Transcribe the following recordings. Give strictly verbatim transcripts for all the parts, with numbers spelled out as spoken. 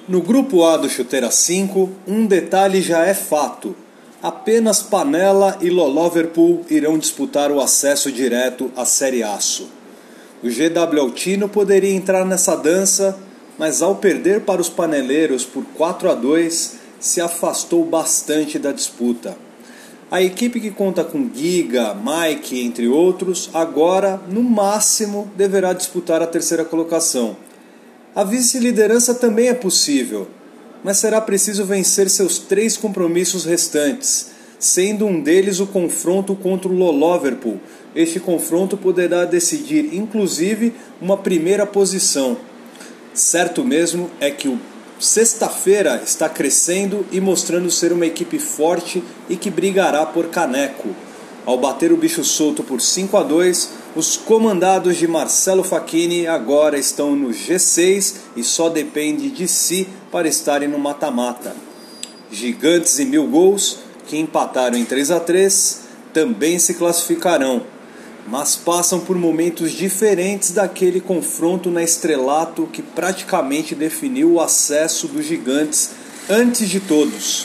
No grupo A do Chuteira cinco, um detalhe já é fato. Apenas Panela e Loloverpool irão disputar o acesso direto à Série Aço. O G W Altino poderia entrar nessa dança, mas ao perder para os paneleiros por quatro a dois, se afastou bastante da disputa. A equipe que conta com Giga, Mike, entre outros, agora, no máximo, deverá disputar a terceira colocação. A vice-liderança também é possível, mas será preciso vencer seus três compromissos restantes, sendo um deles o confronto contra o Loloverpool. Este confronto poderá decidir, inclusive, uma primeira posição. Certo mesmo é que o Sexta-feira está crescendo e mostrando ser uma equipe forte e que brigará por caneco. Ao bater o bicho solto por cinco a dois, os comandados de Marcelo Facchini agora estão no G seis e só depende de si para estarem no mata-mata. Gigantes e Mil Gols, que empataram em três a três, também se classificarão, mas passam por momentos diferentes daquele confronto na Estrelato que praticamente definiu o acesso dos Gigantes antes de todos.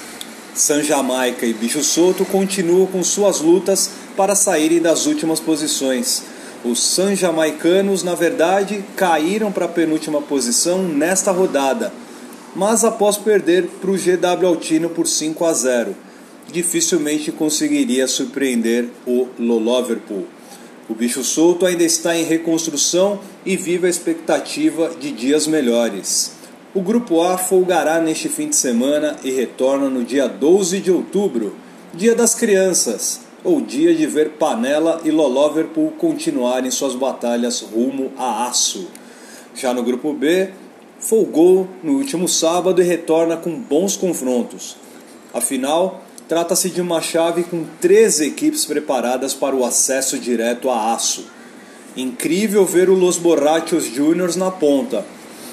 San Jamaica e Bicho Solto continuam com suas lutas para saírem das últimas posições. Os San Jamaicanos, na verdade, caíram para a penúltima posição nesta rodada, mas após perder para o G W Altino por cinco a zero, dificilmente conseguiria surpreender o Loloverpool. O Bicho Solto ainda está em reconstrução e vive a expectativa de dias melhores. O Grupo A folgará neste fim de semana e retorna no dia doze de outubro, Dia das Crianças, ou dia de ver Panela e Loloverpool continuarem suas batalhas rumo a Aço. Já no Grupo B, folgou no último sábado e retorna com bons confrontos. Afinal, trata-se de uma chave com treze equipes preparadas para o acesso direto a Aço. Incrível ver o Los Borrachos Juniors na ponta.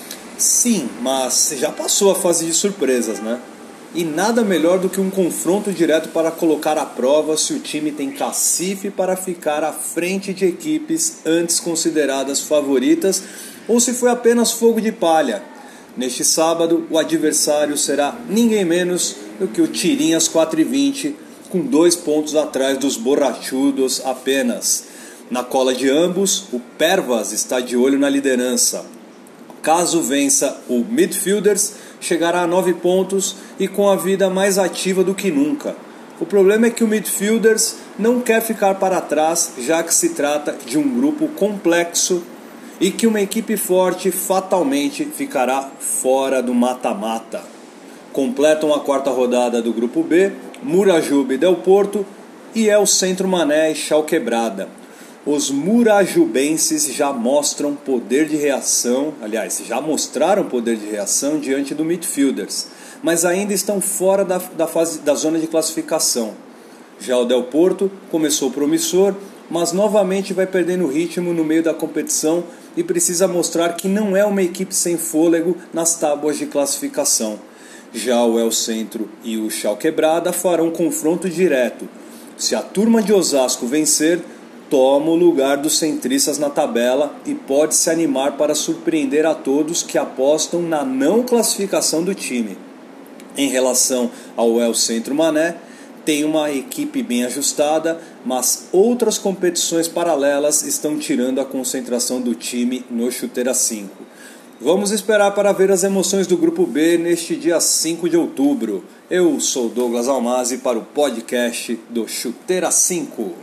Sim, mas já passou a fase de surpresas, né? E nada melhor do que um confronto direto para colocar à prova se o time tem cacife para ficar à frente de equipes antes consideradas favoritas ou se foi apenas fogo de palha. Neste sábado, o adversário será ninguém menos do que o Tirinhas quatro e vinte, com dois pontos atrás dos borrachudos apenas. Na cola de ambos, o Pervas está de olho na liderança. Caso vença o Midfielders, chegará a nove pontos e com a vida mais ativa do que nunca. O problema é que o Midfielders não quer ficar para trás, já que se trata de um grupo complexo e que uma equipe forte fatalmente ficará fora do mata-mata. Completam a quarta rodada do Grupo B, Murajuba e Del Porto, e é o Centro Mané e Chau Quebrada. Os murajubenses já mostram poder de reação, aliás, já mostraram poder de reação diante do Midfielders, mas ainda estão fora da, da, fase, da zona de classificação. Já o Del Porto começou promissor, mas novamente vai perdendo ritmo no meio da competição e precisa mostrar que não é uma equipe sem fôlego nas tábuas de classificação. Já o El Centro e o Chau Quebrada farão um confronto direto. Se a turma de Osasco vencer, toma o lugar dos centristas na tabela e pode se animar para surpreender a todos que apostam na não classificação do time. Em relação ao El Centro Mané, tem uma equipe bem ajustada, mas outras competições paralelas estão tirando a concentração do time no Chuteira cinco. Vamos esperar para ver as emoções do Grupo B neste dia cinco de outubro. Eu sou Douglas Almazi para o podcast do Chuteira cinco.